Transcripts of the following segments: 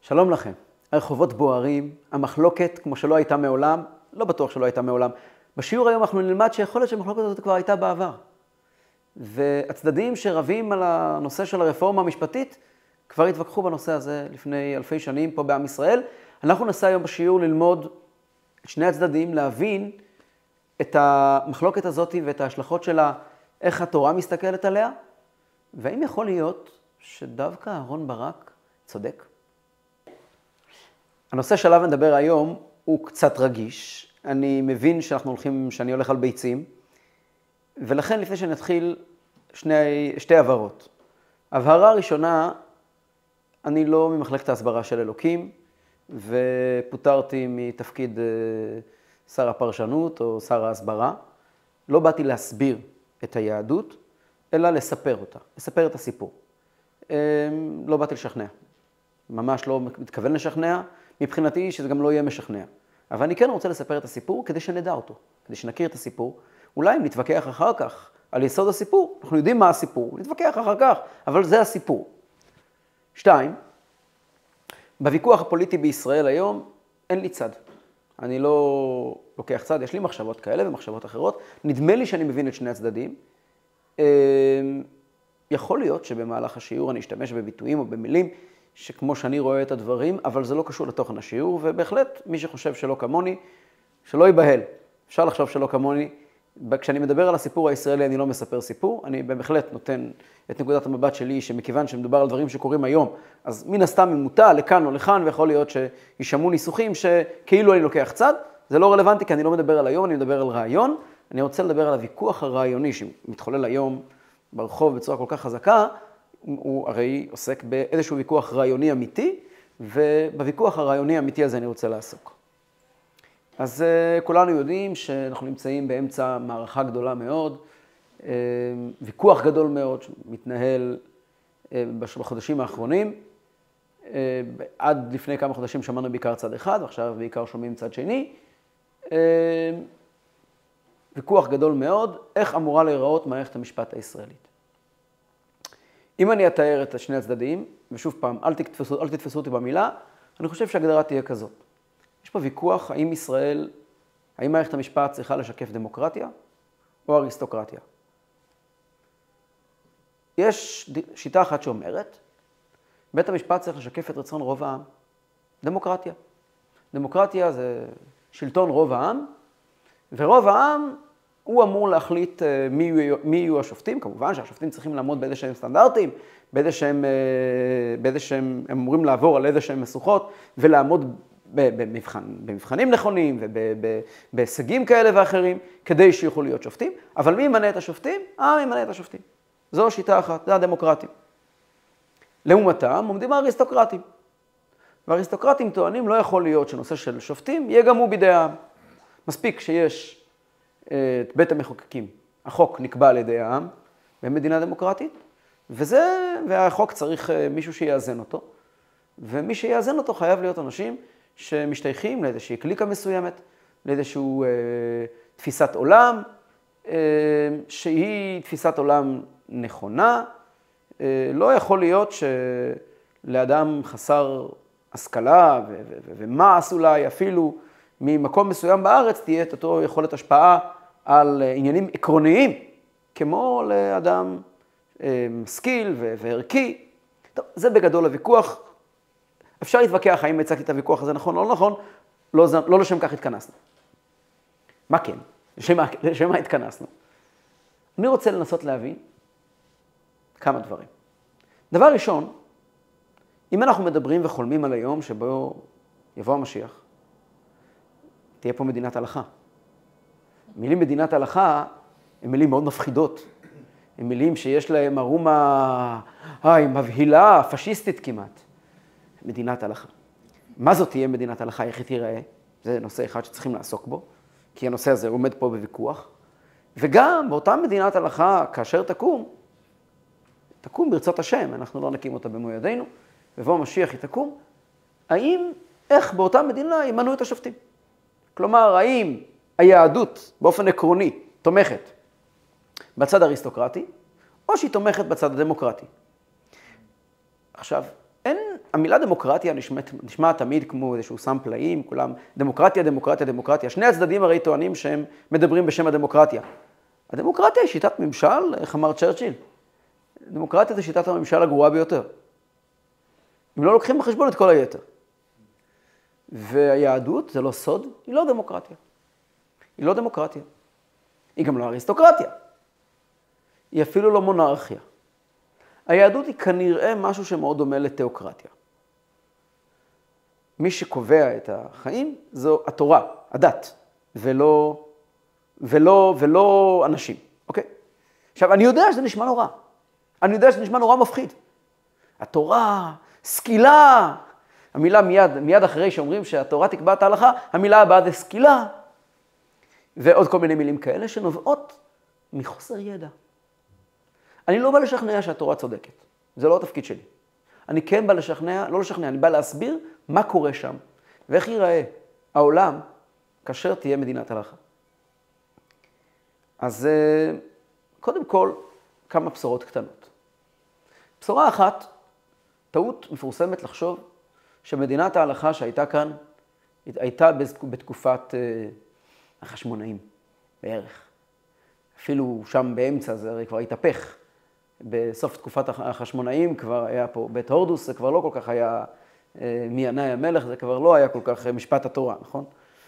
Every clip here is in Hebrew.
שלום לכם. הרחובות בוערים, המחלוקת כמו שלא הייתה מעולם, לא בטוח שלא הייתה מעולם. בשיעור היום אנחנו נלמד שיכול להיות שהמחלוקת הזאת כבר הייתה בעבר. והצדדים שרבים על הנושא של הרפורמה המשפטית כבר התווכחו בנושא הזה לפני אלפי שנים פה בעם ישראל. אנחנו ננסה היום בשיעור ללמוד את שני הצדדים, להבין את המחלוקת הזאת ואת ההשלכות שלה, איך התורה מסתכלת עליה, והאם יכול להיות שדווקא אהרן ברק צודק? הנושא שעליו נדבר היום הוא קצת רגיש. אני מבין שאני הולך על ביצים, ולכן לפני שנתחיל שתי הבהרות. הבהרה ראשונה, אני לא ממחלקת ההסברה של אלוקים, ופוטרתי מתפקיד שר הפרשנות או שר ההסברה. לא באתי להסביר את היהדות, אלא לספר אותה, לספר את הסיפור. לא באתי לשכנע. ממש לא מתכוון לשכנע, מבחינתי שזה גם לא יהיה משכנע. אבל אני כן רוצה לספר את הסיפור כדי שנדע אותו, כדי שנכיר את הסיפור. אולי אם נתווכח אחר כך על יסוד הסיפור, אנחנו יודעים מה הסיפור, נתווכח אחר כך, אבל זה הסיפור. 2, בוויכוח הפוליטי בישראל היום אין לי צד. אני לא לוקח צד, יש לי מחשבות כאלה ומחשבות אחרות. נדמה לי שאני מבין את שני הצדדים. יכול להיות שבמהלך השיעור אני אשתמש בביטויים או במילים שכמו שאני רואה את הדברים, אבל זה לא קשור לתוכן השיעור, ובהחלט מי שחושב שלא כמוני, שלא ייבהל. אפשר לחשוב שלא כמוני. כשאני מדבר על הסיפור הישראלי, אני לא מספר סיפור, אני בהחלט נותן את נקודת המבט שלי, שמכיוון שמדובר על דברים שקורים היום, אז מן הסתם ממוטה לכאן או לכאן, ויכול להיות שישמעו ניסוחים שכאילו אני לוקח צד, זה לא רלוונטי, כי אני לא מדבר על היום, אני מדבר על רעיון, אני רוצה לדבר על הוויכוח הרעיוני שמתחולל היום ברחוב בצורה כל כך חזקה, הוא הרי עוסק באיזשהו ויכוח רעיוני אמיתי, ובוויכוח הרעיוני האמיתי הזה אני רוצה לעסוק. אז כולנו יודעים שאנחנו נמצאים באמצע מערכה גדולה מאוד, ויכוח גדול מאוד שמתנהל בחודשים האחרונים. עד לפני כמה חודשים שמענו בעיקר צד אחד, ועכשיו בעיקר שומעים צד שני. ויכוח גדול מאוד, איך אמורה להיראות מערכת המשפט הישראלית. אם אני אתאר את שני הצדדים, ושוב פעם, אל תתפסו אותי במילה, אני חושב שההגדרה תהיה כזאת. יש פה ויכוח, האם מערכת המשפט צריכה לשקף דמוקרטיה או אריסטוקרטיה. יש שיטה אחת שאומרת, בית המשפט צריך לשקף את רצון רוב העם. דמוקרטיה. דמוקרטיה זה שלטון רוב העם, ורוב העם הוא אמור להחליט מי יהיו השופטים. כמובן שהשופטים צריכים לעמוד באיזה שהם סטנדרטים, באיזה שהם אמורים לעבור על איזה שהם משוכות, ולעמוד במבחנים נכונים ובהישגים כאלה ואחרים, כדי שיוכלו להיות שופטים. אבל מי ימנה את השופטים? העם ימנה את השופטים. זו שיטה אחת, זה הדמוקרטים. לעומתם עומדים האריסטוקרטים. והאריסטוקרטים טוענים, לא יכול להיות שנושא של שופטים יהיה גם הוא בידי העם. מספיק שיש את בית המחוקקים. החוק נקבע על ידי העם במדינה דמוקרטית, והחוק צריך מישהו שיאזן אותו. ומי שיאזן אותו חייב להיות אנשים שמשתייכים לאיזושהי קליקה מסוימת, לאיזושהי תפיסת עולם, שהיא תפיסת עולם נכונה. לא יכול להיות שלאדם חסר השכלה ומעש אולי אפילו ממקום מסוים בארץ תהיה את אותו יכולת השפעה על עניינים עקרוניים, כמו לאדם משכיל וערכי. טוב, זה בגדול הוויכוח. אפשר להתווכח האם הצגתי את הוויכוח הזה נכון או לא נכון, לא לשם כך התכנסנו. מה כן? לשם מה התכנסנו? אני רוצה לנסות להבין כמה דברים. דבר ראשון, אם אנחנו מדברים וחולמים על היום שבו יבוא המשיח, תהיה פה מדינת הלכה. מילים מדינת הלכה הן מילים מאוד מפחידות. הן מילים שיש להן ארומה מבהילה, פשיסטית כמעט. מדינת הלכה. מה זאת תהיה מדינת הלכה? איך היא תיראה? זה נושא אחד שצריכים לעסוק בו, כי הנושא הזה עומד פה בוויכוח. וגם באותה מדינת הלכה, כאשר תקום ברצות השם, אנחנו לא נקים אותה במו ידינו, ובוא המשיח היא תקום, איך באותה מדינה ימנו את השופטים? כלומר, האם היהדות באופן עקרוני תומכת בצד האריסטוקרטי, או שהיא תומכת בצד הדמוקרטי? עכשיו, המילה דמוקרטיה נשמעת תמיד כמו איזשהו סם פלאים, כולם דמוקרטיה, דמוקרטיה, דמוקרטיה. שני הצדדים הרי טוענים שהם מדברים בשם הדמוקרטיה. הדמוקרטיה היא שיטת ממשל, איך אמר צ'רצ'יל. דמוקרטיה זה שיטת הממשל הגרועה ביותר. אם לא לוקחים בחשבון את כל היתר. והיהדות, זה לא סוד, היא לא דמוקרטיה. היא לא דמוקרטיה. היא גם לא אריסטוקרטיה. היא אפילו לא מונרכיה. היהדות היא כנראה משהו שמאוד דומה לתיאוקרטיה. מי שקובע את החיים זו התורה, הדת, ולא אנשים, אוקיי? עכשיו, אני יודע שזה נשמע נורא. אני יודע שזה נשמע נורא מפחיד. התורה, סקילה. המילה מיד אחרי שאומרים שהתורה תקבע את ההלכה, המילה הבאה זה סקילה. ועוד כל מיני מילים כאלה שנובעות מחוסר ידע. אני לא בא לשכנע שהתורה צודקת. זה לא התפקיד שלי. אני כן בא לשכנע, לא לשכנע, אני בא להסביר מה קורה שם, ואיך ייראה העולם כאשר תהיה מדינת הלכה. אז קודם כל, כמה בשורות קטנות. בשורה אחת, טעות מפורסמת לחשוב שמדינת ההלכה שהייתה כאן, הייתה בתקופת החשמונאים בערך. אפילו שם באמצע זה הרי כבר התהפך. בסוף תקופת החשמונאים כבר היה פה בית הורדוס, זה כבר לא כל כך היה מינאי המלך, זה כבר לא היה כל כך משפט התורה, נכון?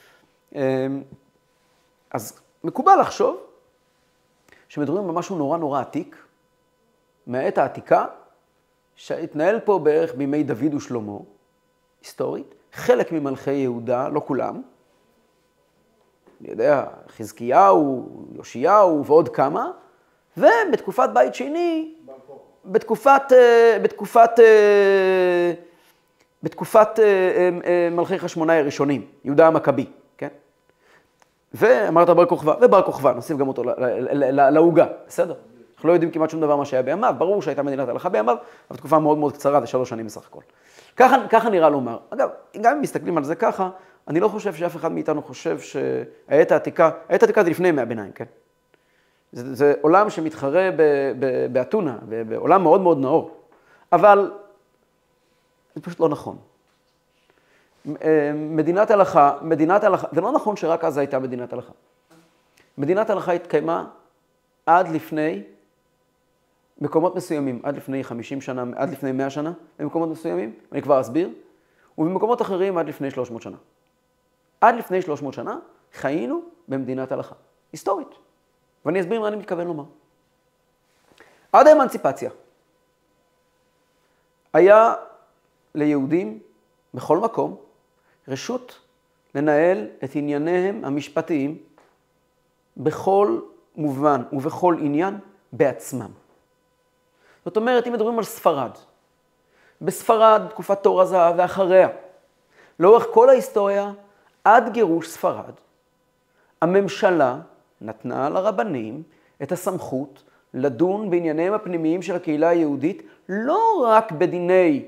אז מקובל לחשוב שמדברים על משהו נורא נורא עתיק, מהעת העתיקה, שהתנהל פה בערך בימי דוד ושלמה, היסטורית, חלק ממלכי יהודה, לא כולם, אני יודע, חזקיהו, יאשיהו ועוד כמה, ובתקופת בית שני, בתקופת מלכי חשמונאי הראשונים, יהודה המכבי, כן? ואמרת בר כוכבא, ובר כוכבא, נוסיף גם אותו לעוגה, בסדר? אנחנו לא יודעים כמעט שום דבר מה שהיה בימיו, ברור שהייתה מדינת הלכה בימיו, אבל תקופה מאוד מאוד קצרה, זה 3 שנים בסך הכל. ככה נראה לומר. אגב, גם אם מסתכלים על זה ככה, אני לא חושב שאף אחד מאיתנו חושב שהעת העתיקה זה לפני ימי הביניים, כן? זה עולם שמתחרה באתונה, בעולם מאוד מאוד נאור. אבל זה פשוט לא נכון. מדינת הלכה, זה לא נכון שרק אז הייתה מדינת הלכה. מדינת הלכה התקיימה עד לפני מקומות מסוימים, עד לפני 50 שנה, עד לפני 100 שנה, במקומות מסוימים, אני כבר אסביר, ובמקומות אחרים עד לפני 300 שנה. עד לפני 300 שנה חיינו במדינת הלכה, היסטורית. ואני אסביר מה אני מתכוון לומר. עד האמנציפציה היה ליהודים בכל מקום רשות לנהל את ענייניהם המשפטיים בכל מובן ובכל עניין בעצמם. זאת אומרת, אם מדברים על ספרד, בספרד, תקופת תור הזהב ואחריה, לאורך כל ההיסטוריה, עד גירוש ספרד, הממשלה נתנה לרבנים את הסמכות לדון בענייניהם הפנימיים של הקהילה היהודית, לא רק בדיני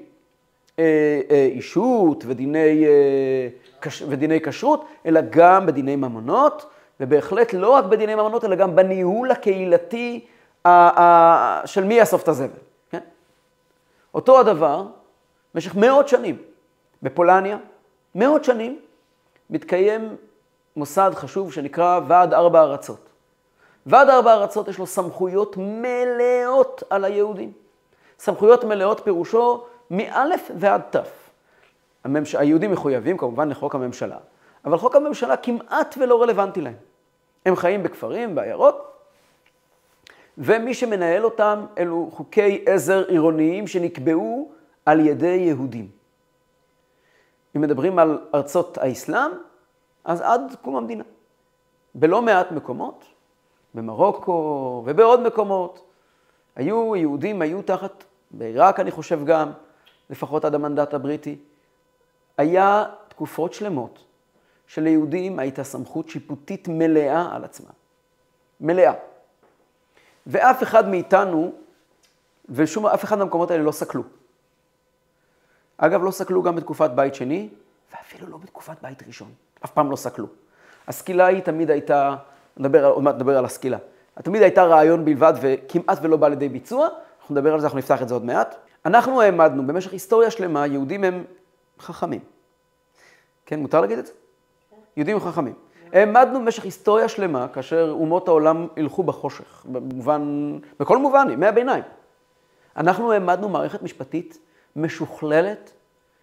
אישות ודיני כשרות, אלא גם בדיני ממונות, ובהחלט לא רק בדיני ממונות, אלא גם בניהול הקהילתי של מי יאסוף את הזבל. כן? אותו הדבר, במשך מאות שנים, בפולניה, מאות שנים, מתקיים מוסד חשוב שנקרא ועד 4 ארצות. ועד 4 ארצות יש לו סמכויות מלאות על היהודים. סמכויות מלאות פירושו מאלף ועד תף. היהודים מחויבים כמובן לחוק הממשלה, אבל חוק הממשלה כמעט ולא רלוונטי להם. הם חיים בכפרים, בעיירות, ומי שמנהל אותם אלו חוקי עזר עירוניים שנקבעו על ידי יהודים. אם מדברים על ארצות האסלאם, אז עד קום המדינה. בלא מעט מקומות, במרוקו ובעוד מקומות, יהודים היו תחת, בעיראק אני חושב גם, לפחות עד המנדט הבריטי, היה תקופות שלמות שליהודים הייתה סמכות שיפוטית מלאה על עצמם. מלאה. ואף אחד מאיתנו, אף אחד מהמקומות האלה לא סקלו. אגב, לא סקלו גם בתקופת בית שני, ואפילו לא בתקופת בית ראשון. אף פעם לא סקלו. הסקילה היא תמיד הייתה, עוד מעט נדבר על הסקילה, תמיד הייתה רעיון בלבד וכמעט ולא בא לידי ביצוע, אנחנו נדבר על זה, אנחנו נפתח את זה עוד מעט. אנחנו העמדנו במשך היסטוריה שלמה, יהודים הם חכמים. כן, מותר להגיד את זה? יהודים הם חכמים. העמדנו במשך היסטוריה שלמה, כאשר אומות העולם הלכו בחושך, בכל מובן, ימי הביניים. אנחנו העמדנו מערכת משפטית משוכללת,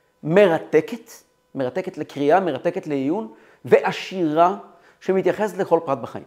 מרתקת לקריאה, מרתקת לעיון, ועשירה שמתייחסת לכל פרט בחיים.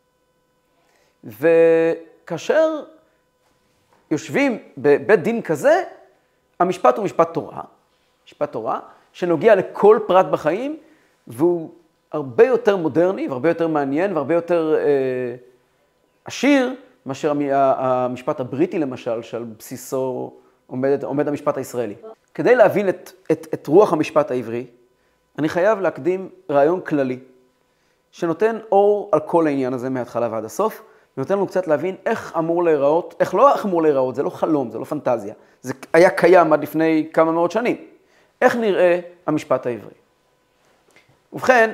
וכאשר יושבים בבית דין כזה, המשפט הוא משפט תורה, שנוגע לכל פרט בחיים, והוא הרבה יותר מודרני, והרבה יותר מעניין, והרבה יותר עשיר, מאשר המשפט הבריטי למשל, שעל בסיסו עומד המשפט הישראלי. כדי להבין את רוח המשפט העברי, אני חייב להקדים רעיון כללי, שנותן אור על כל העניין הזה מההתחלה ועד הסוף, ונותן לנו קצת להבין איך אמור להיראות, איך אמור להיראות, זה לא חלום, זה לא פנטזיה, זה היה קיים עד לפני כמה מאות שנים. איך נראה המשפט העברי? ובכן,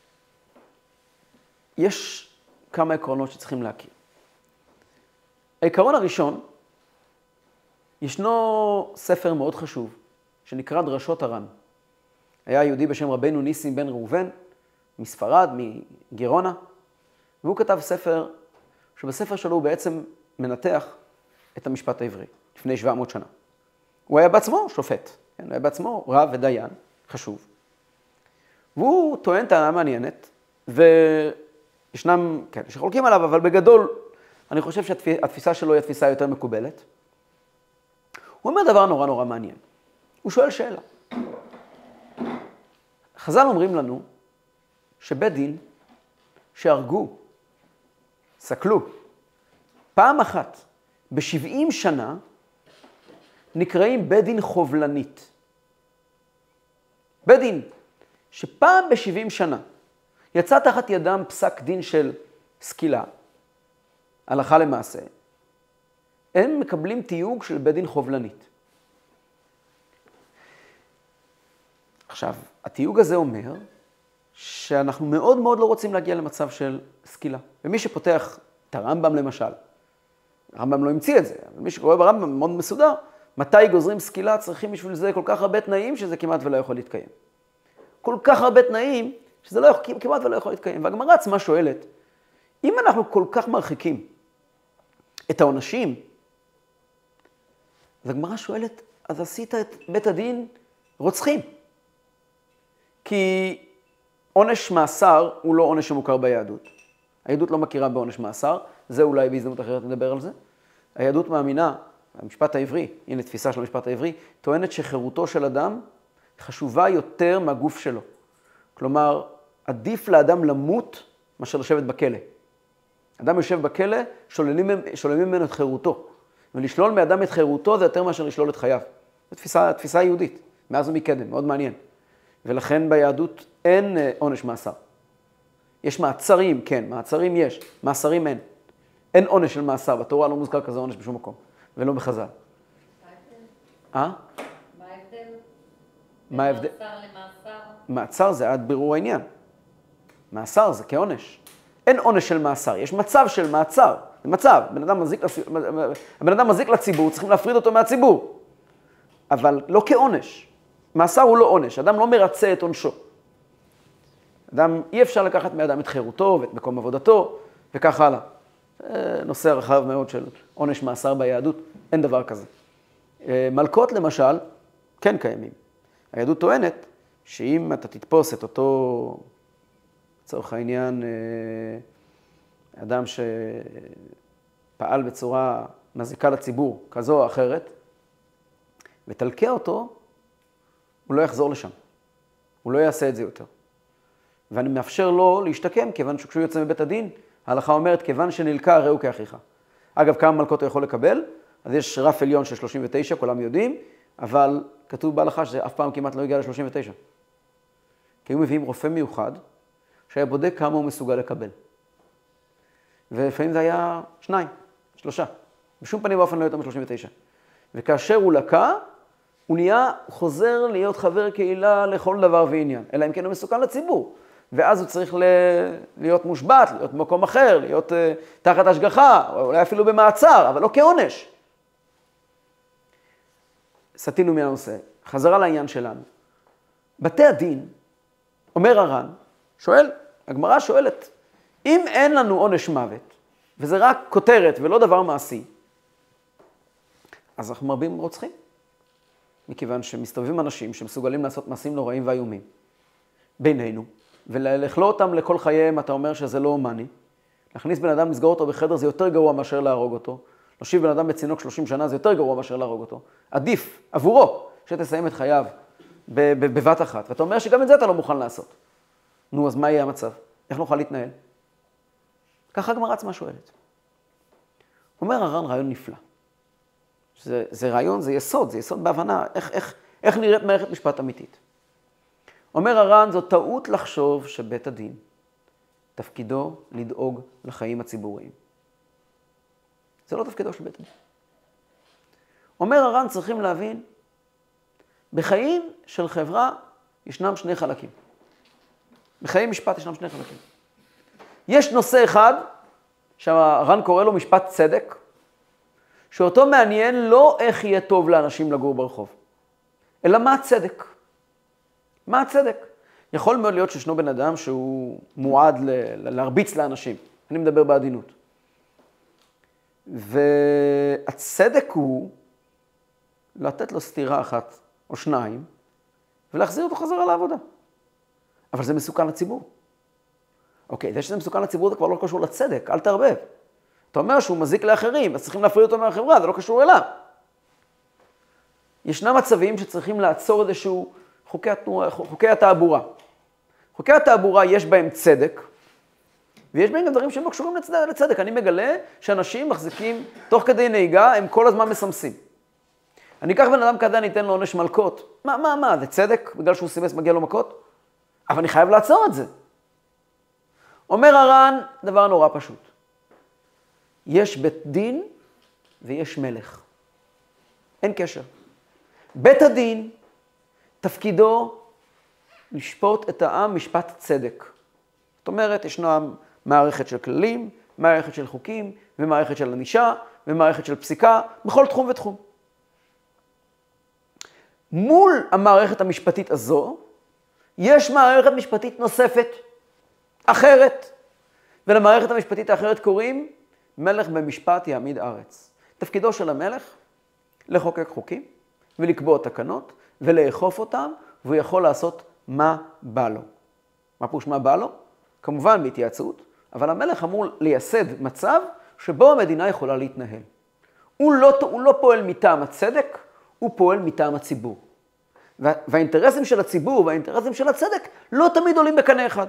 יש כמה עקרונות שצריכים להכיר. העיקרון הראשון, ישנו ספר מאוד חשוב, שנקרא דרשות הר"ן. היה יהודי בשם רבנו ניסים בן ראובן, מספרד, מגירונה, והוא כתב ספר, שבספר שלו הוא בעצם מנתח את המשפט העברי, לפני 700 שנה. הוא היה בעצמו שופט, כן? הוא היה בעצמו רב ודיין, חשוב. והוא טוען טענה מעניינת, וישנם, כן, שחולקים עליו, אבל בגדול, אני חושב שהתפיסה שלו היא התפיסה יותר מקובלת. הוא אומר דבר נורא מעניין. הוא שואל שאלה. חז"ל אומרים לנו שבית דין שהרגו, סקלו, פעם אחת ב-70 שנה נקראים בית דין חובלנית. בית דין שפעם ב-70 שנה יצא תחת ידם פסק דין של סקילה, הלכה למעשה, הם מקבלים תיוג של בית דין חובלנית. עכשיו, התיוג הזה אומר שאנחנו מאוד לא רוצים להגיע למצב של סקילה. ומי שפותח את הרמב"ם למשל, הרמב"ם לא המציא את זה, אבל מי שקורא ברמב"ם מאוד מסודר, מתי גוזרים סקילה צריכים בשביל זה כל כך הרבה תנאים שזה כמעט ולא יכול להתקיים. כל כך הרבה תנאים שזה כמעט ולא יכול להתקיים. והגמרא עצמה שואלת, אם אנחנו כל כך מרחיקים את העונשים, אז הגמרא שואלת, אז עשית את בית הדין רוצחים. כי עונש מאסר הוא לא עונש שמוכר ביהדות. היהדות לא מכירה בעונש מאסר, זה אולי בהזדמנות אחרת נדבר על זה. היהדות מאמינה, המשפט העברי, הנה תפיסה של המשפט העברי, טוענת שחירותו של אדם חשובה יותר מהגוף שלו. כלומר, עדיף לאדם למות מאשר לשבת בכלא. אדם יושב בכלא, שוללים ממנו את חירותו. ולשלול מאדם את חירותו זה יותר מאשר לשלול את חייו. זו תפיסה יהודית, מאז ומקדם, מאוד מעניין. ולכן ביהדות אין עונש מאסר. יש מעצרים, כן, מעצרים יש, מאסרים אין. אין עונש של מאסר, בתורה לא מוזכר כזה עונש בשום מקום, ולא בחז"ל. מה ההבדל? מה ההבדל? בין מאסר למאסר? מעצר זה עד בירור העניין. מאסר זה כעונש. אין עונש של מאסר, יש מצב של מעצר. זה מצב, הבן אדם מזיק לציבור, צריכים להפריד אותו מהציבור. אבל לא כעונש. מאסר הוא לא עונש, אדם לא מרצה את עונשו. אי אפשר לקחת מאדם את חירותו ואת מקום עבודתו, וכך הלאה. נושא רחב מאוד של עונש מאסר ביהדות, אין דבר כזה. מלכות למשל, כן קיימים. היהדות טוענת שאם אתה תתפוס את אותו, לצורך העניין, אדם שפעל בצורה מזיקה לציבור, כזו או אחרת, ותלקה אותו, הוא לא יחזור לשם. הוא לא יעשה את זה יותר. ואני מאפשר לו להשתקם, כיוון שכשהוא יוצא מבית הדין, ההלכה אומרת, כיוון שנלקה, ראו כאחיך. אגב, כמה מלכות הוא יכול לקבל? אז יש רף עליון של 39, כולם יודעים, אבל כתוב בהלכה שזה אף פעם כמעט לא הגיע ל-39. כי היו מביאים רופא מיוחד, שהיה בודק כמה הוא מסוגל לקבל. ולפעמים זה היה 2, 3. בשום פנים באופן לא יותר מ-39. וכאשר הוא לקה, הוא חוזר להיות חבר קהילה לכל דבר ועניין, אלא אם כן הוא מסוכן לציבור. ואז הוא צריך להיות מושבת, להיות במקום אחר, להיות תחת השגחה, או אולי אפילו במעצר, אבל לא כעונש. סטינו מהנושא, חזרה לעניין שלנו. בתי הדין, אומר הר"ן, הגמרא שואלת, אם אין לנו עונש מוות, וזה רק כותרת ולא דבר מעשי, אז אנחנו מרבים רוצחים. מכיוון שמסתובבים אנשים שמסוגלים לעשות מעשים נוראים ואיומים בינינו, ולכלוא אותם לכל חייהם, אתה אומר שזה לא הומני. להכניס בן אדם, לסגור אותו בחדר, זה יותר גרוע מאשר להרוג אותו. להושיב בן אדם בצינוק 30 שנה, זה יותר גרוע מאשר להרוג אותו. עדיף, עבורו, שתסיים את חייו בבת אחת. ואתה אומר שגם את זה אתה לא מוכן לעשות. נו, אז מה יהיה המצב? איך נוכל להתנהל? ככה הגמרא עצמה שואלת. אומר הר"ן רעיון נפלא. זה רעיון, זה יסוד בהבנה, איך נראית מערכת משפט אמיתית. אומר הר"ן, זו טעות לחשוב שבית הדין תפקידו לדאוג לחיים הציבוריים. זה לא תפקידו של בית הדין. אומר הר"ן, צריכים להבין, בחיים של חברה ישנם שני חלקים. בחיי משפט ישנם שני חלקים. יש נושא אחד, שהר"ן קורא לו משפט צדק, שאותו מעניין לא איך יהיה טוב לאנשים לגור ברחוב, אלא מה הצדק. מה הצדק? יכול מאוד להיות שישנו בן אדם שהוא מועד להרביץ לאנשים. אני מדבר בעדינות. והצדק הוא לתת לו סתירה אחת או שניים, ולהחזיר אותו חזרה לעבודה. אבל זה מסוכן לציבור. אוקיי, זה שזה מסוכן לציבור זה כבר לא קשור לצדק, אל תערבב. אתה אומר שהוא מזיק לאחרים, אז צריכים להפריד אותו מהחברה, זה לא קשור אליו. ישנם מצבים שצריכים לעצור איזשהו חוקי התעבורה. חוקי התעבורה יש בהם צדק, ויש בהם גם דברים שהם לא קשורים לצדק. אני מגלה שאנשים מחזיקים, תוך כדי נהיגה, הם כל הזמן מסמסים. אני אקח בן אדם כזה, אני אתן לו עונש מלקות. מה, זה צדק? בגלל שהוא סימס מגיע לו מכות? אבל אני חייב לעצור את זה. אומר הר"ן, דבר נורא פשוט. יש בית דין ויש מלך. אין קשר. בית הדין, תפקידו לשפוט את העם משפט צדק. זאת אומרת, ישנה מערכת של כללים, מערכת של חוקים, ומערכת של ענישה, ומערכת של פסיקה, בכל תחום ותחום. מול המערכת המשפטית הזו, יש מערכת משפטית נוספת, אחרת. ולמערכת המשפטית האחרת קוראים מלך במשפט יעמיד ארץ. תפקידו של המלך לחוקק חוקים ולקבוע תקנות ולאכוף אותם, והוא יכול לעשות מה בא לו. מה פירוש מה בא לו? כמובן בהתייעצות, אבל המלך אמור לייסד מצב שבו המדינה יכולה להתנהל. הוא לא פועל מטעם הצדק, הוא פועל מטעם הציבור. והאינטרסים של הציבור והאינטרסים של הצדק לא תמיד עולים בקנה אחד.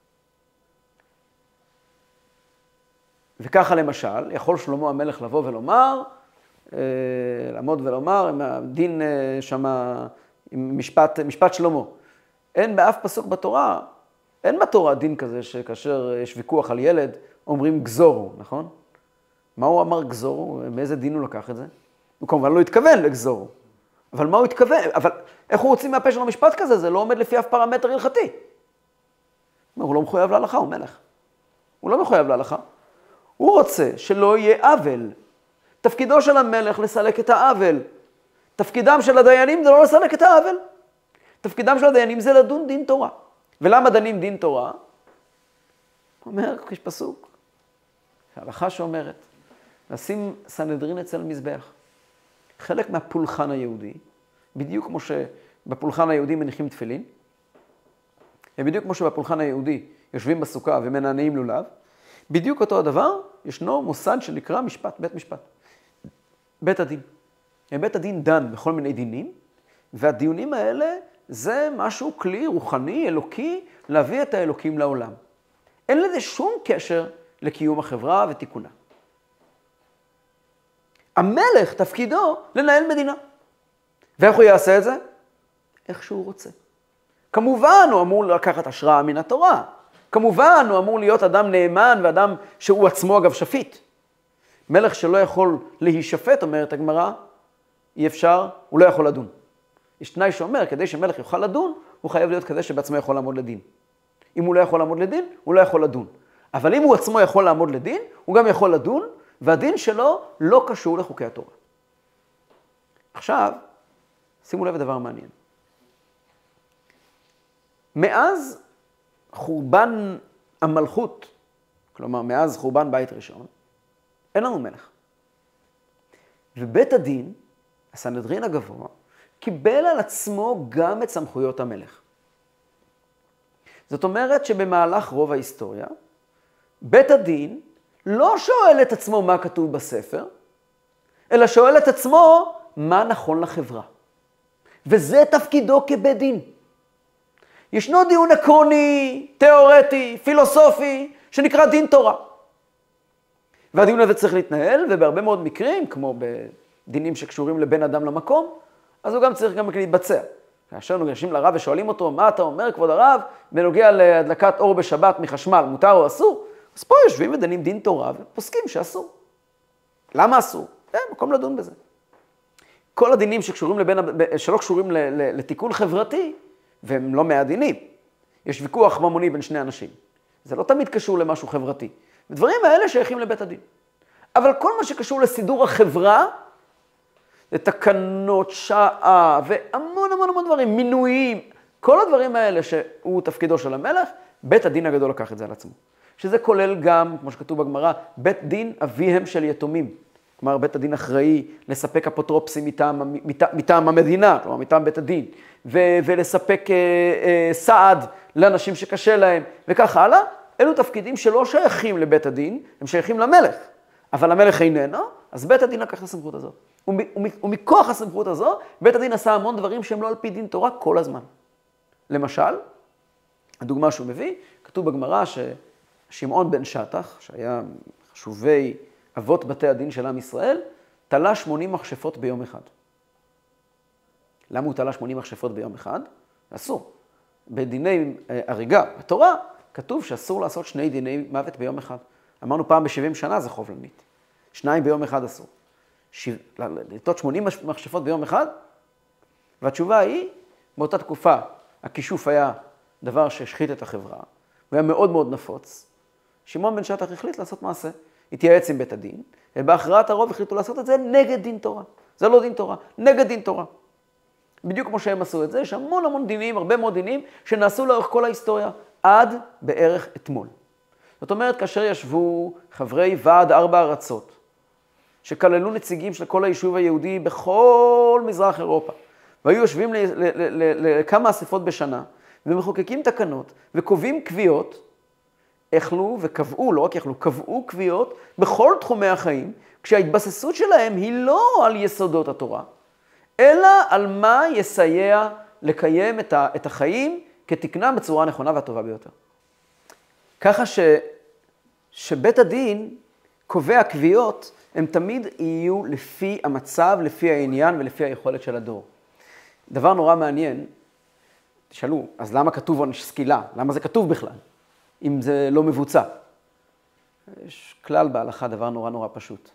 וככה למשל, יכול שלמה המלך לבוא ולומר, לעמוד ולומר, עם הדין שמה, עם משפט שלמה. אין באף פסוק בתורה, אין בתורה דין כזה שכאשר יש ויכוח על ילד, אומרים גזורו, נכון? מה הוא אמר גזורו? מאיזה דין הוא לקח את זה? הוא כמובן לא התכוון לגזורו. אבל מה הוא התכוון? אבל איך הוא הוציא מהפה של המשפט כזה? זה לא עומד לפי אף פרמטר הלכתי. הוא לא מחויב להלכה, הוא מלך. הוא לא מחויב להלכה. הוא רוצה שלא יהיה עוול. תפקידו של המלך לסלק את העוול. תפקידם של הדיינים זה לא לסלק את העוול. תפקידם של הדיינים זה לדון דין תורה. ולמה דנים דין תורה? אומר, יש פסוק. ההלכה שאומרת, לשים סנהדרין אצל מזבח. חלק מהפולחן היהודי, בדיוק כמו שבפולחן היהודי מניחים תפילין, ובדיוק כמו שבפולחן היהודי יושבים בסוכה ומנענעים לולב, בדיוק אותו הדבר, ישנו מוסד שנקרא משפט, בית משפט. בית הדין. בית הדין דן בכל מיני דינים, והדיונים האלה זה משהו כלי רוחני, אלוקי, להביא את האלוקים לעולם. אין לזה שום קשר לקיום החברה ותיקונה. המלך תפקידו לנהל מדינה. ואיך הוא יעשה את זה? איך שהוא רוצה. כמובן הוא אמור לקחת השראה מן התורה. כמובן הוא אמור להיות אדם נאמן ואדם שהוא עצמו אגב שפיט. מלך שלא יכול להישפט, אומרת הגמרא, אי אפשר, הוא לא יכול לדון. יש תנאי שאומר, כדי שמלך יוכל לדון, הוא חייב להיות כזה שבעצמו יכול לעמוד לדין. אם הוא לא יכול לעמוד לדין, הוא לא יכול לדון. אבל אם הוא עצמו יכול לעמוד לדין, הוא גם יכול לדון, והדין שלו לא קשור לחוקי התורה. עכשיו, שימו לב לדבר מעניין. מאז חורבן המלכות, כלומר מאז חורבן בית ראשון, אין לנו מלך. ובית הדין, הסנהדרין הגבוה, קיבל על עצמו גם את סמכויות המלך. זאת אומרת שבמהלך רוב ההיסטוריה, בית הדין לא שואל את עצמו מה כתוב בספר, אלא שואל את עצמו מה נכון לחברה. וזה תפקידו כבית דין. ישנו דיון עקרוני, תיאורטי, פילוסופי, שנקרא דין תורה. והדיון הזה צריך להתנהל, ובהרבה מאוד מקרים, כמו בדינים שקשורים לבן אדם למקום, אז הוא גם צריך גם להתבצע. כאשר ניגשים לרב ושואלים אותו, מה אתה אומר, כבוד הרב, בנוגע להדלקת אור בשבת מחשמל, מותר או אסור? אז פה יושבים ודנים דין תורה ופוסקים שאסור. למה אסור? אין מקום לדון בזה. כל הדינים שלא קשורים לתיקון חברתי, והם לא מהדינים. יש ויכוח ממוני בין שני אנשים. זה לא תמיד קשור למשהו חברתי. ודברים האלה שייכים לבית הדין. אבל כל מה שקשור לסידור החברה, לתקנות, שעה, והמון המון המון דברים, מינויים, כל הדברים האלה שהוא תפקידו של המלך, בית הדין הגדול לקח את זה על עצמו. שזה כולל גם, כמו שכתוב בגמרא, בית דין אביהם של יתומים. כלומר, בית הדין אחראי לספק אפוטרופסים מטעם המדינה, כלומר, מטעם בית הדין, ולספק סעד לאנשים שקשה להם, וכך הלאה. אלו תפקידים שלא שייכים לבית הדין, הם שייכים למלך. אבל המלך איננו, אז בית הדין לקח את הסמכות הזאת. ומכוח הסמכות הזו, בית הדין עשה המון דברים שהם לא על פי דין תורה כל הזמן. למשל, הדוגמה שהוא מביא, כתוב בגמרא ששמעון בן שטח, שהיה חשובי אבות בתי הדין של עם ישראל, תלה 80 מכשפות ביום אחד. למה הוא תלה 80 מכשפות ביום אחד? אסור. בדיני הריגה, בתורה, כתוב שאסור לעשות 2 דיני מוות ביום אחד. אמרנו פעם ב-70 שנה זה חוב למית. 2 ביום אחד אסור. לתות 80 מכשפות ביום אחד? והתשובה היא, באותה תקופה, הכישוף היה דבר שהשחית את החברה, והיה מאוד מאוד נפוץ. שמעון בן שטח החליט לעשות מעשה. התייעץ עם בית הדין, ובהכרעת הרוב החליטו לעשות את זה נגד דין תורה. זה לא דין תורה, נגד דין תורה. בדיוק כמו שהם עשו את זה, יש המון המון דינים, הרבה מאוד דינים, שנעשו לאורך כל ההיסטוריה, עד בערך אתמול. זאת אומרת, כאשר ישבו חברי ועד 4 ארצות, שכללו נציגים של כל היישוב היהודי בכל מזרח אירופה, והיו יושבים לכמה אספות בשנה, ומחוקקים תקנות, וקובעים קביעות, אכלו וקבעו, לא רק אכלו, קבעו קביעות בכל תחומי החיים, כשההתבססות שלהם היא לא על יסודות התורה, אלא על מה יסייע לקיים את החיים כתקנם בצורה הנכונה והטובה ביותר. ככה שבית הדין קובע קביעות, הם תמיד יהיו לפי המצב, לפי העניין ולפי היכולת של הדור. דבר נורא מעניין, תשאלו, אז למה כתוב עונש סקילה? למה זה כתוב בכלל? אם זה לא מבוצע. יש כלל בהלכה, דבר נורא נורא פשוט.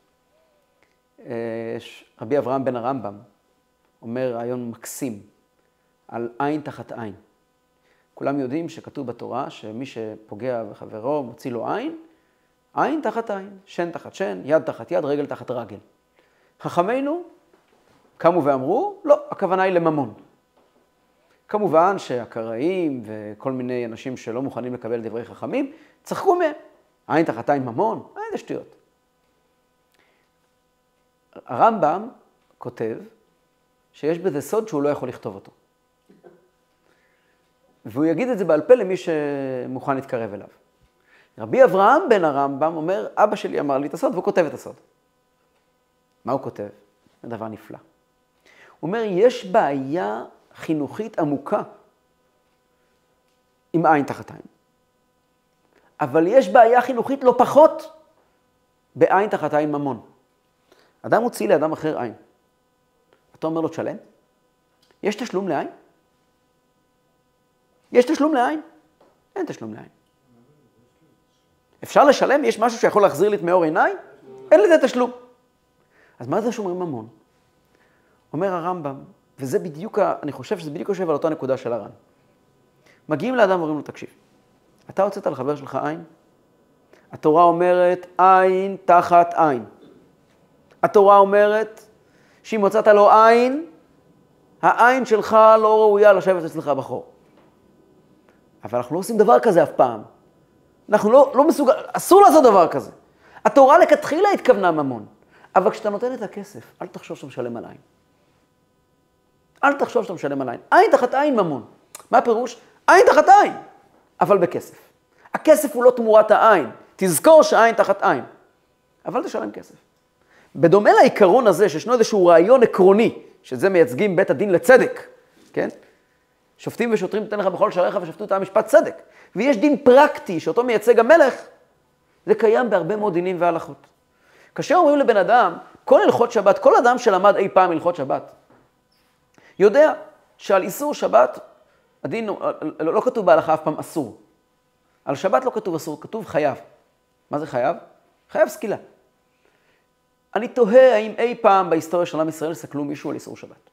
רבי אברהם בן הרמב"ם אומר רעיון מקסים על עין תחת עין. כולם יודעים שכתוב בתורה שמי שפוגע בחברו מוציא לו עין, עין תחת עין, שן תחת שן, יד תחת יד, רגל תחת רגל. חכמינו קמו ואמרו, לא, הכוונה היא לממון. כמובן שהקראים וכל מיני אנשים שלא מוכנים לקבל דברי חכמים, צחקו מהם. עין תחת עין ממון? איזה שטויות. הרמב"ם כותב שיש בזה סוד שהוא לא יכול לכתוב אותו. והוא יגיד את זה בעל פה למי שמוכן להתקרב אליו. רבי אברהם בן הרמב"ם אומר, אבא שלי אמר לי את הסוד, והוא כותב את הסוד. מה הוא כותב? זה דבר נפלא. הוא אומר, יש בעיה חינוכית עמוקה עם עין תחת עין. אבל יש בעיה חינוכית לא פחות בעין תחת עין ממון. אדם מוציא לאדם אחר עין. אתה אומר לו, תשלם? יש תשלום לעין? יש תשלום לעין? אין תשלום לעין. אפשר לשלם? יש משהו שיכול להחזיר לי את מאור עיניי? אין לזה תשלום. אז מה זה שומרים ממון? אומר הרמב"ם, וזה בדיוק, אני חושב שזה בדיוק יושב על אותה נקודה של הר"ן. מגיעים לאדם ואומרים לו, תקשיב, אתה הוצאת על חבר שלך עין? התורה אומרת עין תחת עין. התורה אומרת שאם הוצאת לו עין, העין שלך לא ראויה לשבת אצלך בחור. אבל אנחנו לא עושים דבר כזה אף פעם. אנחנו לא מסוגל, אסור לעשות דבר כזה. התורה לכתחילה התכוונה ממון. אבל כשאתה נותן את הכסף, אל תחשוב שאתה משלם על עין. אל תחשוב שאתה משלם על עין. עין תחת עין ממון. מה הפירוש? עין תחת עין, אבל בכסף. הכסף הוא לא תמורת העין. תזכור שעין תחת עין. אבל תשלם כסף. בדומה לעיקרון הזה, שישנו איזשהו רעיון עקרוני, שזה מייצגים בית הדין לצדק, כן? שופטים ושוטרים תתן לך בכל שעריך ושפטו את המשפט צדק. ויש דין פרקטי שאותו מייצג המלך, זה קיים בהרבה מאוד דינים והלכות. כאשר אומרים לבן אדם, כל הלכות שבת, כל אדם שלמד אי פעם הלכות שבת, יודע שעל איסור שבת, הדין לא כתוב בהלכה אף פעם אסור. על שבת לא כתוב אסור, כתוב חייב. מה זה חייב? חייב סקילה. אני תוהה האם אי פעם בהיסטוריה של עם ישראל סקלו מישהו על איסור שבת.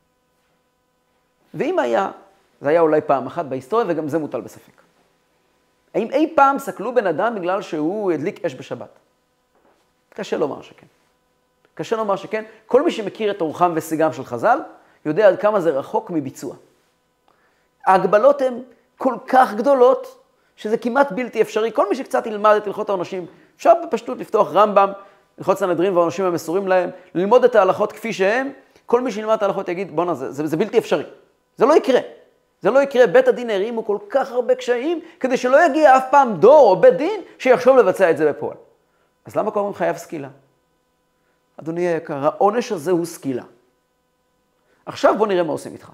ואם היה, זה היה אולי פעם אחת בהיסטוריה, וגם זה מוטל בספק. האם אי פעם סקלו בן אדם בגלל שהוא הדליק אש בשבת? קשה לומר שכן. קשה לומר שכן. כל מי שמכיר את אורחם ושיגם של חז"ל, יודע עד כמה זה רחוק מביצוע. ההגבלות הן כל כך גדולות, שזה כמעט בלתי אפשרי. כל מי שקצת ילמד את הלכות העונשים, אפשר בפשטות לפתוח רמב"ם, הלכות סנהדרין והעונשים המסורים להם, ללמוד את ההלכות כפי שהם, כל מי שילמד את ההלכות יגיד, בוא'נה, זה בלתי אפשרי. זה לא יקרה. זה לא יקרה. בית הדין הרימו כל כך הרבה קשיים, כדי שלא יגיע אף פעם דור או בית דין שיחשוב לבצע את זה בפועל. אז למה קוראים חייב סקילה? אדוני היקר, העונש הזה הוא סקילה. עכשיו בוא נראה מה עושים איתך.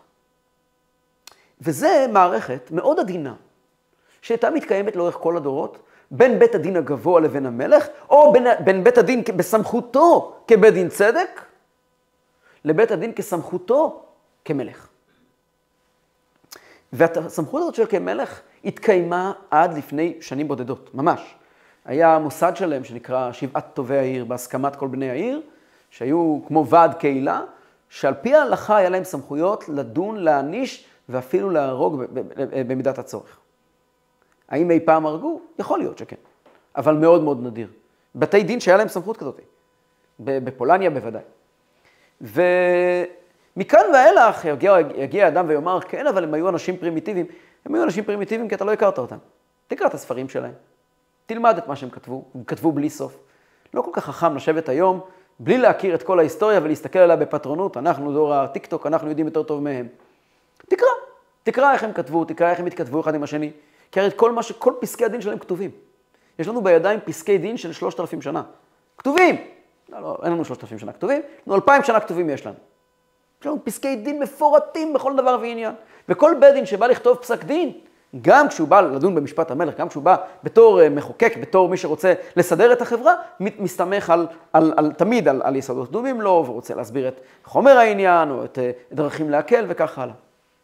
וזה מערכת מאוד עדינה, שהייתה מתקיימת לאורך כל הדורות, בין בית הדין הגבוה לבין המלך, או בין בית הדין בסמכותו כבית דין צדק, לבית הדין כסמכותו כמלך. והסמכות הזאת של כמלך התקיימה עד לפני שנים בודדות, ממש. היה מוסד שלם שנקרא שבעת טובי העיר, בהסכמת כל בני העיר, שהיו כמו ועד קהילה, שעל פי ההלכה היה להם סמכויות לדון, להעניש ואפילו להרוג במידת הצורך. האם אי פעם הרגו? יכול להיות שכן, אבל מאוד מאוד נדיר. בתי דין שהיה להם סמכות כזאת, בפולניה בוודאי. ומכאן ואילך יגיע אדם ויאמר, כן, אבל הם היו אנשים פרימיטיביים. הם היו אנשים פרימיטיביים כי אתה לא הכרת אותם. תקרא את הספרים שלהם, תלמד את מה שהם כתבו, הם כתבו בלי סוף. לא כל כך חכם לשבת היום, בלי להכיר את כל ההיסטוריה ולהסתכל עליה בפטרונות, אנחנו דור הטיקטוק, אנחנו יודעים יותר טוב מהם. תקרא איך הם כתבו, תקרא איך הם התכתבו אחד עם השני. כי הרי כל פסקי הדין שלהם כתובים. יש לנו בידיים פסקי דין של 3,000 שנה. כתובים! לא, אין לנו 3,000 שנה כתובים, 2,000 שנה כתובים יש לנו. יש לנו פסקי דין מפורטים בכל דבר ועניין. וכל בית דין שבא לכתוב פסק דין, גם כשהוא בא לדון במשפט המלך, גם כשהוא בא בתור מחוקק, בתור מי שרוצה לסדר את החברה, מסתמך תמיד על יסודות דומים לו, ורוצה להסביר את חומר העניין, או את דרכים להקל וכך הלאה.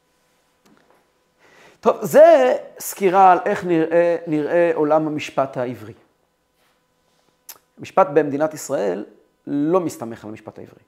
טוב, זה סקירה על איך נראה עולם המשפט העברי. המשפט במדינת ישראל לא מסתמך על המשפט העברי.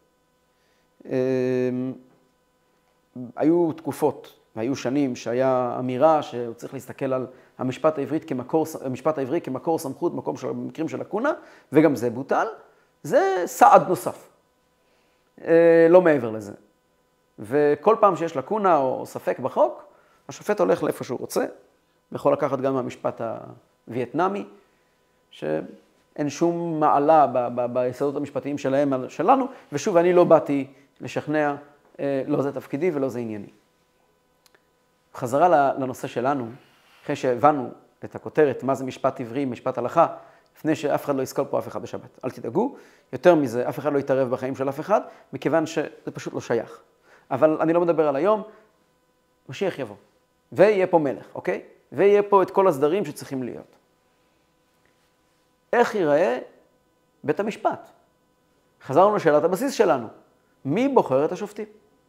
היו תקופות והיו שנים שהיה אמירה שהוא צריך להסתכל על המשפט העברי כמקור סמכות, במקרים של לקונה, וגם זה בוטל. זה סעד נוסף, לא מעבר לזה. וכל פעם שיש לקונה או ספק בחוק, השופט הולך לאיפה שהוא רוצה, ויכול לקחת גם מהמשפט הווייטנאמי, שאין שום מעלה ביסודות המשפטיים שלנו, ושוב, אני לא באתי לשכנע, לא זה תפקידי ולא זה ענייני. חזרה לנושא שלנו, אחרי שהבנו את הכותרת, מה זה משפט עברי, משפט הלכה, לפני שאף אחד לא יסקול פה אף אחד בשבת. אל תדאגו, יותר מזה, אף אחד לא יתערב בחיים של אף אחד, מכיוון שזה פשוט לא שייך. אבל אני לא מדבר על היום, משיח יבוא, ויהיה פה מלך, אוקיי? ויהיה פה את כל הסדרים שצריכים להיות. איך ייראה בית המשפט? חזרנו לשאלת הבסיס שלנו. מי בוחר את השופטים?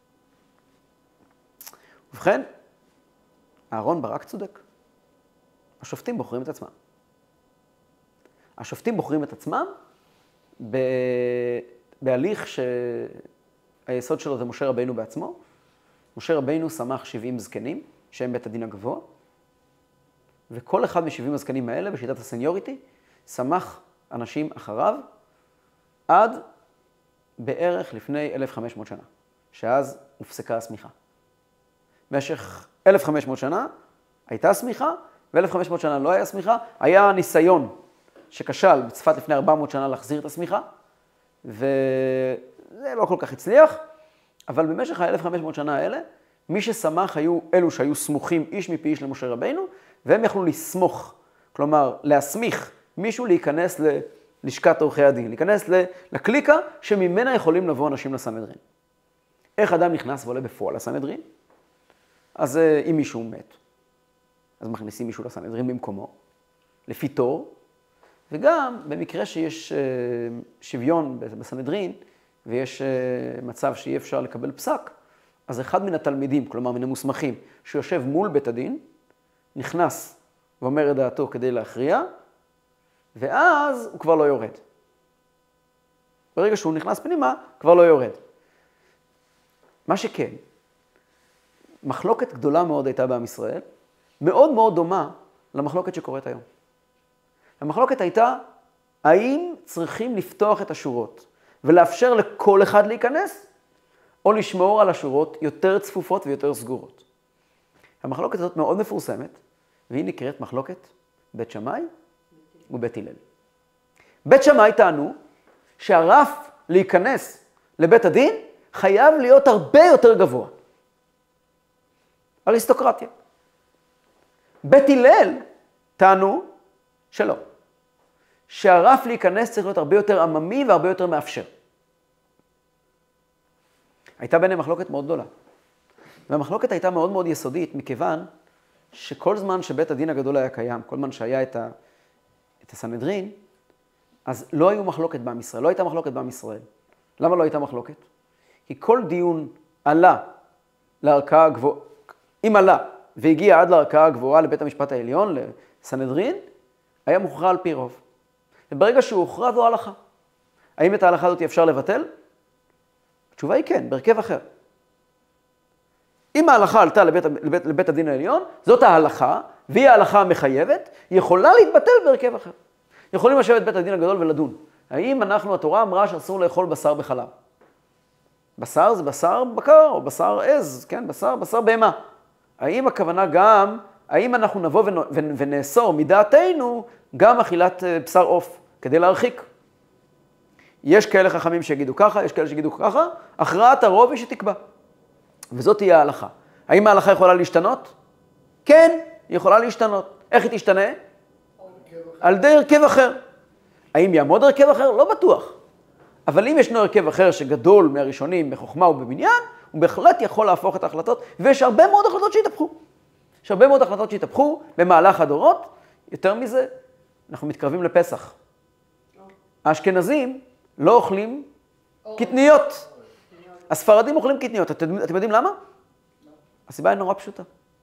ובכן, אהרון ברק צודק. השופטים בוחרים את עצמם. השופטים בוחרים את עצמם בהליך שהיסוד שלו זה משה רבינו בעצמו. משה רבינו שמח 70 זקנים, שהם בית הדין הגבוה, וכל אחד מ-70 הזקנים האלה, בשיטת הסניוריטי, שמח אנשים אחריו עד בערך לפני 1,500 שנה. שאז הופסקה הסמיכה. במשך 1500 שנה הייתה סמיכה, ו-1500 שנה לא היה סמיכה. היה ניסיון שכשל בצפת לפני 400 שנה להחזיר את הסמיכה, וזה לא כל כך הצליח, אבל במשך ה-1500 שנה האלה, מי ששמח היו אלו שהיו סמוכים איש מפי איש למשה רבינו, והם יכלו לסמוך, כלומר להסמיך מישהו להיכנס ללשכת עורכי הדין, להיכנס לקליקה שממנה יכולים לבוא אנשים לסנהדרין. איך אדם נכנס ועולה בפועל לסנהדרין? אז אם מישהו מת, אז מכניסים מישהו לסנהדרין במקומו, לפי תור, וגם במקרה שיש שוויון בסנהדרין, ויש מצב שאי אפשר לקבל פסק, אז אחד מן התלמידים, כלומר מן המוסמכים, שיושב מול בית הדין, נכנס ואומר את דעתו כדי להכריע, ואז הוא כבר לא יורד. ברגע שהוא נכנס פנימה, כבר לא יורד. מה שכן, מחלוקת גדולה מאוד הייתה בעם ישראל, מאוד מאוד דומה למחלוקת שקורית היום. המחלוקת הייתה, האם צריכים לפתוח את השורות ולאפשר לכל אחד להיכנס, או לשמור על השורות יותר צפופות ויותר סגורות. המחלוקת הזאת מאוד מפורסמת, והיא נקראת מחלוקת בית שמאי ובית הלל. בית שמאי טענו שהרף להיכנס לבית הדין חייב להיות הרבה יותר גבוה. אריסטוקרטיה. בית הלל טענו שלא. שהרף להיכנס צריך להיות הרבה יותר עממי והרבה יותר מאפשר. הייתה ביניהם מחלוקת מאוד גדולה. והמחלוקת הייתה מאוד מאוד יסודית, מכיוון שכל זמן שבית הדין הגדול היה קיים, כל זמן שהיה את הסנהדרין, אז לא היו מחלוקת בעם ישראל, לא הייתה מחלוקת בעם ישראל. למה לא הייתה מחלוקת? כי כל דיון עלה לערכאה הגבוהה, אם עלה והגיע עד לערכאה הגבוהה לבית המשפט העליון, לסנהדרין, היה מוכרע על פי רוב. וברגע שהוא הוכרע זו הלכה. האם את ההלכה הזאת אפשר לבטל? התשובה היא כן, בהרכב אחר. אם ההלכה עלתה לבית הדין העליון, זאת ההלכה, והיא ההלכה המחייבת, היא יכולה להתבטל בהרכב אחר. יכולים לשבת בית הדין הגדול ולדון. האם התורה אמרה שאסור לאכול בשר בחלב? בשר זה בשר בקר או בשר עז, כן? בשר בהמה. האם הכוונה גם, האם אנחנו נבוא ונאסור מדעתנו גם אכילת בשר עוף, כדי להרחיק? יש כאלה חכמים שיגידו ככה, יש כאלה שיגידו ככה, הכרעת הרוב היא שתקבע. וזאת תהיה ההלכה. האם ההלכה יכולה להשתנות? כן, היא יכולה להשתנות. איך היא תשתנה? על ידי הרכב אחר. האם יעמוד הרכב אחר? לא בטוח. אבל אם ישנו הרכב אחר שגדול מהראשונים בחוכמה ובבניין, הוא בהחלט יכול להפוך את ההחלטות, ויש הרבה מאוד החלטות שהתהפכו. יש הרבה מאוד החלטות שהתהפכו במהלך הדורות. יותר מזה, אנחנו מתקרבים לפסח. האשכנזים לא אוכלים קטניות. הספרדים אוכלים קטניות. אתם יודעים למה? הסיבה היא נורא פשוטה.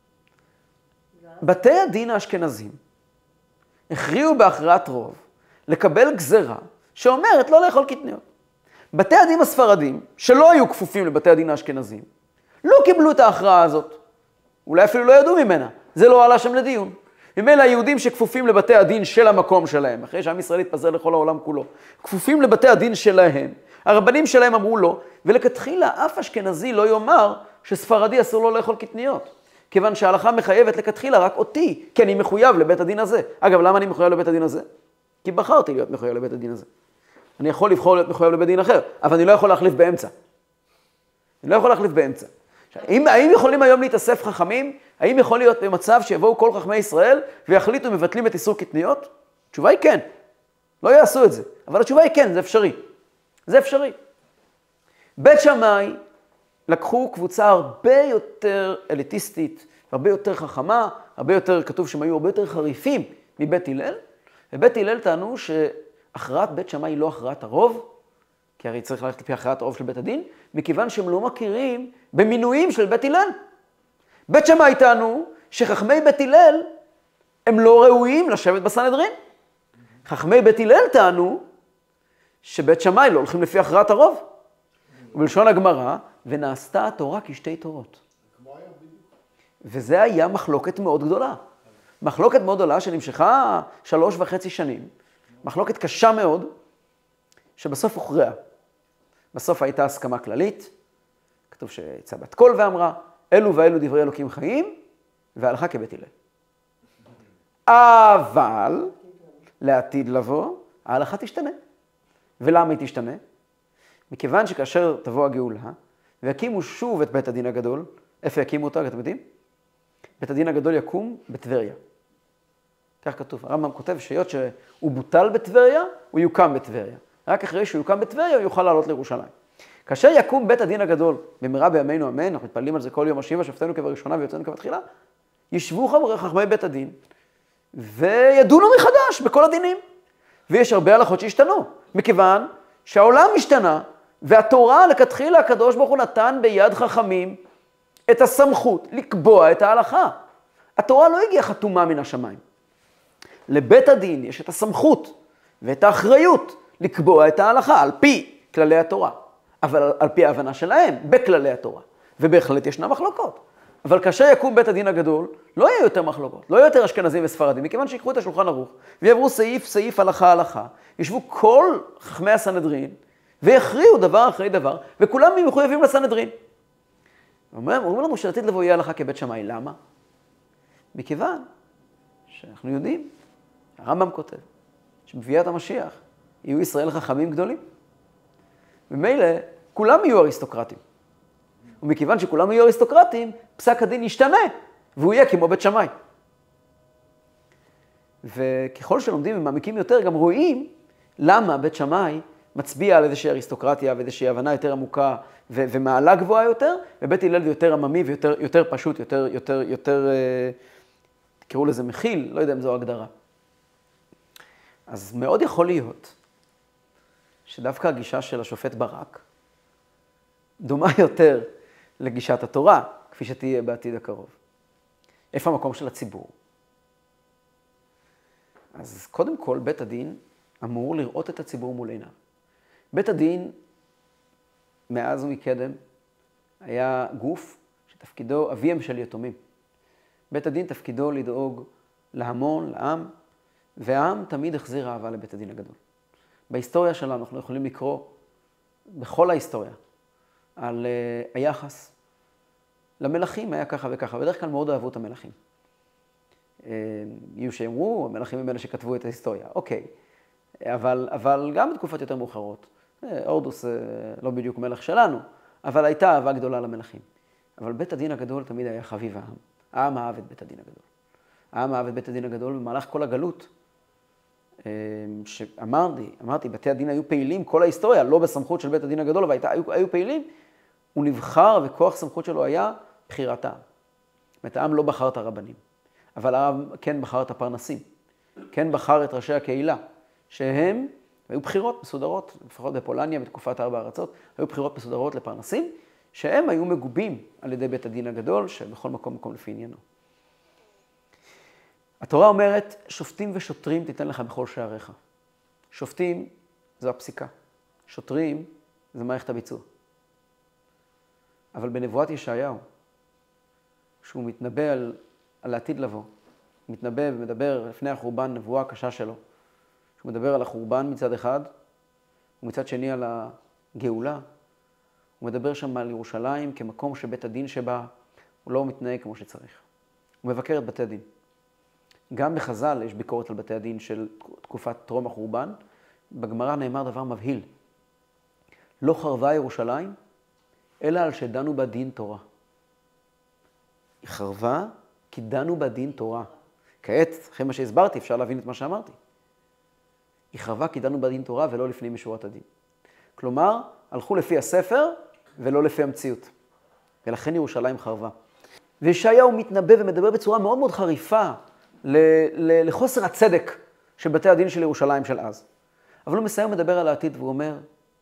בתי הדין האשכנזים הכריעו בהכרעת רוב לקבל גזרה שאומרת לא לאכול קטניות. בתי הדין הספרדים, שלא היו כפופים לבתי הדין האשכנזים, לא קיבלו את ההכרעה הזאת. אולי אפילו לא ידעו ממנה. זה לא עלה שם לדיון. ממילא היהודים שכפופים לבתי הדין של המקום שלהם, אחרי שעם ישראל התפזר לכל העולם כולו, כפופים לבתי הדין שלהם, הרבנים שלהם אמרו לו, ולכתחילה אף אשכנזי לא יאמר שספרדי אסור לו לאכול קטניות. כיוון שההלכה מחייבת לכתחילה רק אותי, כי אני מחויב לבית הדין הזה. אגב, למה אני מחויב לבית הדין הזה? כי בחרתי להיות מחויב לבית הדין הזה. אני יכול לבחור להיות מחויב לבית דין אחר, אבל אני לא יכול להחליף באמצע. אני לא יכול להחליף באמצע. האם יכולים היום להתאסף חכמים? האם יכול להיות במצב שיבואו כל חכמי ישראל ויחליטו מבטלים את איסור קטניות? התשובה היא כן. לא יעשו את זה. אבל התשובה היא כן, זה אפשרי. זה אפשרי. בית שמאי לקחו קבוצה הרבה יותר אליטיסטית, הרבה יותר חכמה, הרבה יותר, כתוב שהם היו הרבה יותר חריפים מבית הלל, ובית הלל טענו שהכרעת בית שמאי היא לא הכרעת הרוב, כי הרי צריך ללכת לפי הכרעת הרוב של בית הדין, מכיוון שהם לא מכירים במינויים של בית הלל. בית שמאי טענו שחכמי בית הלל הם לא ראויים לשבת בסנהדרין. חכמי בית הלל טענו שבית שמאי לא הולכים לפי הכרעת הרוב. ובלשון הגמרא, ונעשתה התורה כשתי תורות. וזה היה מחלוקת מאוד גדולה. מחלוקת מאוד גדולה שנמשכה 3.5 שנים. מחלוקת קשה מאוד, שבסוף הוכרעה. בסוף הייתה הסכמה כללית. כתוב שיצאה בת קול ואמרה, אלו ואלו דברי אלוקים חיים, והלכה כבית הלל. אבל לעתיד לבוא, ההלכה תשתנה. ולמה היא תשתנה? מכיוון שכאשר תבוא הגאולה, ויקימו שוב את בית הדין הגדול, איפה יקימו אותו, אתם יודעים? בית הדין הגדול יקום בטבריה. כך כתוב. הרמב"ם כותב שהיות שהוא בוטל בטבריה, הוא יוקם בטבריה. רק אחרי שהוא יוקם בטבריה, הוא יוכל לעלות לירושלים. כאשר יקום בית הדין הגדול, במהרה בימינו אמן, אנחנו מתפללים על זה כל יום השיבה, שופטינו כבראשונה ויוצאנו כבתחילה, ישבו חכמי בית הדין, וידונו מחדש בכל הדינים. ויש הרבה הלכות שהשתנו, מכיוון שהעולם השתנה, והתורה לכתחילה הקדוש ברוך הוא נתן ביד חכמים את הסמכות לקבוע את ההלכה. התורה לא הגיעה חתומה מן השמיים. לבית הדין יש את הסמכות ואת האחריות לקבוע את ההלכה על פי כללי התורה, אבל על פי ההבנה שלהם בכללי התורה. ובהחלט ישנה מחלוקות. אבל כאשר יקום בית הדין הגדול, לא יהיו יותר מחלוקות, לא יהיו יותר אשכנזים וספרדים, מכיוון שיקחו את השולחן ערוך ויעברו סעיף סעיף הלכה הלכה, ישבו כל חכמי הסנהדרין ויכריעו דבר אחרי דבר, וכולם מחויבים לסנהדרין. אומרים לנו שלעתיד לבוא יהיה הלכה כבית שמאי. למה? מכיוון שאנחנו יודעים, הרמב"ם כותב, שבביאת המשיח יהיו ישראל חכמים גדולים. ומילא, כולם יהיו אריסטוקרטים. ומכיוון שכולם יהיו אריסטוקרטים, פסק הדין ישתנה, והוא יהיה כמו בית שמאי. וככל שלומדים ומעמיקים יותר, גם רואים למה בית שמאי מצביע על איזושהי אריסטוקרטיה ואיזושהי הבנה יותר עמוקה ומעלה גבוהה יותר, ובית הלל יותר עממי ויותר פשוט, יותר, תקראו לזה מכיל, לא יודע אם זו הגדרה. אז מאוד יכול להיות שדווקא הגישה של השופט ברק דומה יותר לגישת התורה, כפי שתהיה בעתיד הקרוב. איפה המקום של הציבור? אז קודם כל, בית הדין אמור לראות את הציבור מול עיניו. בית הדין, מאז ומקדם, היה גוף שתפקידו אביהם של יתומים. בית הדין תפקידו לדאוג להמון, לעם, והעם תמיד החזיר אהבה לבית הדין הגדול. בהיסטוריה שלנו אנחנו יכולים לקרוא, בכל ההיסטוריה, על היחס למלכים היה ככה וככה, בדרך כלל מאוד אהבו את המלכים. יהיו שאמרו, המלכים הם אלה שכתבו את ההיסטוריה, אוקיי. אבל גם בתקופות יותר מאוחרות, הורדוס לא בדיוק מלך שלנו, אבל הייתה אהבה גדולה למלכים. אבל בית הדין הגדול תמיד היה חביב העם. העם אהב את בית הדין הגדול. העם אהב את בית הדין הגדול במהלך כל הגלות. שאמרתי, בתי הדין היו פעילים כל ההיסטוריה, לא בסמכות של בית הדין הגדול, אבל היו פעילים. הוא נבחר וכוח סמכות שלו היה בחירת העם. זאת אומרת, העם לא בחר את הרבנים, אבל העם כן בחר את הפרנסים, כן בחר את ראשי הקהילה, שהם היו בחירות מסודרות, לפחות בפולניה, בתקופת 4 ארצות, היו בחירות מסודרות לפרנסים, שהם היו מגובים על ידי בית הדין הגדול, שבכל מקום לפי עניינו. התורה אומרת, שופטים ושוטרים תיתן לך בכל שעריך. שופטים זו הפסיקה, שוטרים זה מערכת הביצוע. אבל בנבואת ישעיהו, שהוא מתנבא על העתיד לבוא, מתנבא ומדבר לפני החורבן, נבואה הקשה שלו, שהוא מדבר על החורבן מצד אחד, ומצד שני על הגאולה, הוא מדבר שם על ירושלים כמקום שבית הדין שבה הוא לא מתנהג כמו שצריך. הוא מבקר את בתי הדין. גם בחז"ל יש ביקורת על בתי הדין של תקופת טרום החורבן. בגמרא נאמר דבר מבהיל. לא חרבה ירושלים, אלא על שדנו בה דין תורה. היא חרבה כי דנו בה דין תורה. כעת, אחרי מה שהסברתי, אפשר להבין את מה שאמרתי. היא חרבה כי דנו בה דין תורה ולא לפני משורת הדין. כלומר, הלכו לפי הספר ולא לפי המציאות. ולכן ירושלים חרבה. וישעיהו מתנבא ומדבר בצורה מאוד מאוד חריפה לחוסר הצדק של בתי הדין של ירושלים של אז. אבל הוא מסיים מדבר על העתיד והוא אומר,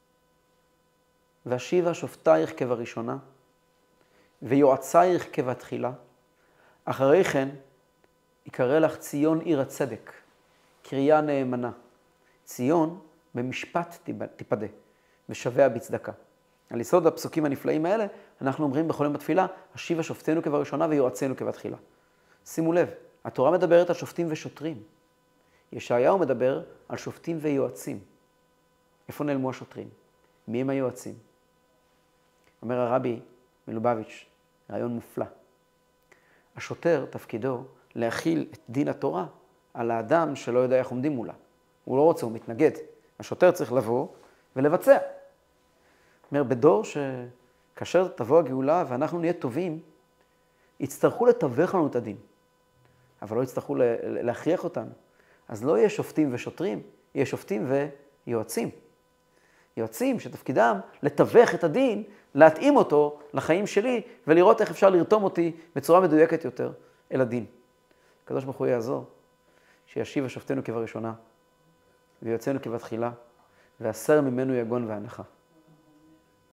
והשיבה שופטייך כבראשונה, ויועצייך כבתחילה, אחרי כן יקרא לך ציון עיר הצדק, קריה נאמנה. ציון במשפט תיפדה, ושביה בצדקה. על יסוד הפסוקים הנפלאים האלה, אנחנו אומרים בכל יום בתפילה, השיבה שופטינו כבראשונה ויועצינו כבתחילה. שימו לב, התורה מדברת על שופטים ושוטרים. ישעיהו מדבר על שופטים ויועצים. איפה נעלמו השוטרים? מי הם היועצים? אומר הרבי, מלובביץ', רעיון מופלא. השוטר, תפקידו להכיל את דין התורה על האדם שלא יודע איך עומדים מולה. הוא לא רוצה, הוא מתנגד. השוטר צריך לבוא ולבצע. אומר, בדור שכאשר תבוא הגאולה ואנחנו נהיה טובים, יצטרכו לתווך לנו את הדין, אבל לא יצטרכו להכריח אותנו. אז לא יהיה שופטים ושוטרים, יהיה שופטים ויועצים. יועצים שתפקידם לתווך את הדין, להתאים אותו לחיים שלי, ולראות איך אפשר לרתום אותי בצורה מדויקת יותר אל הדין. הקדוש ברוך הוא יעזור, שישיב השופטנו כבראשונה, ויועצנו כבתחילה, והסר ממנו יגון והנחה.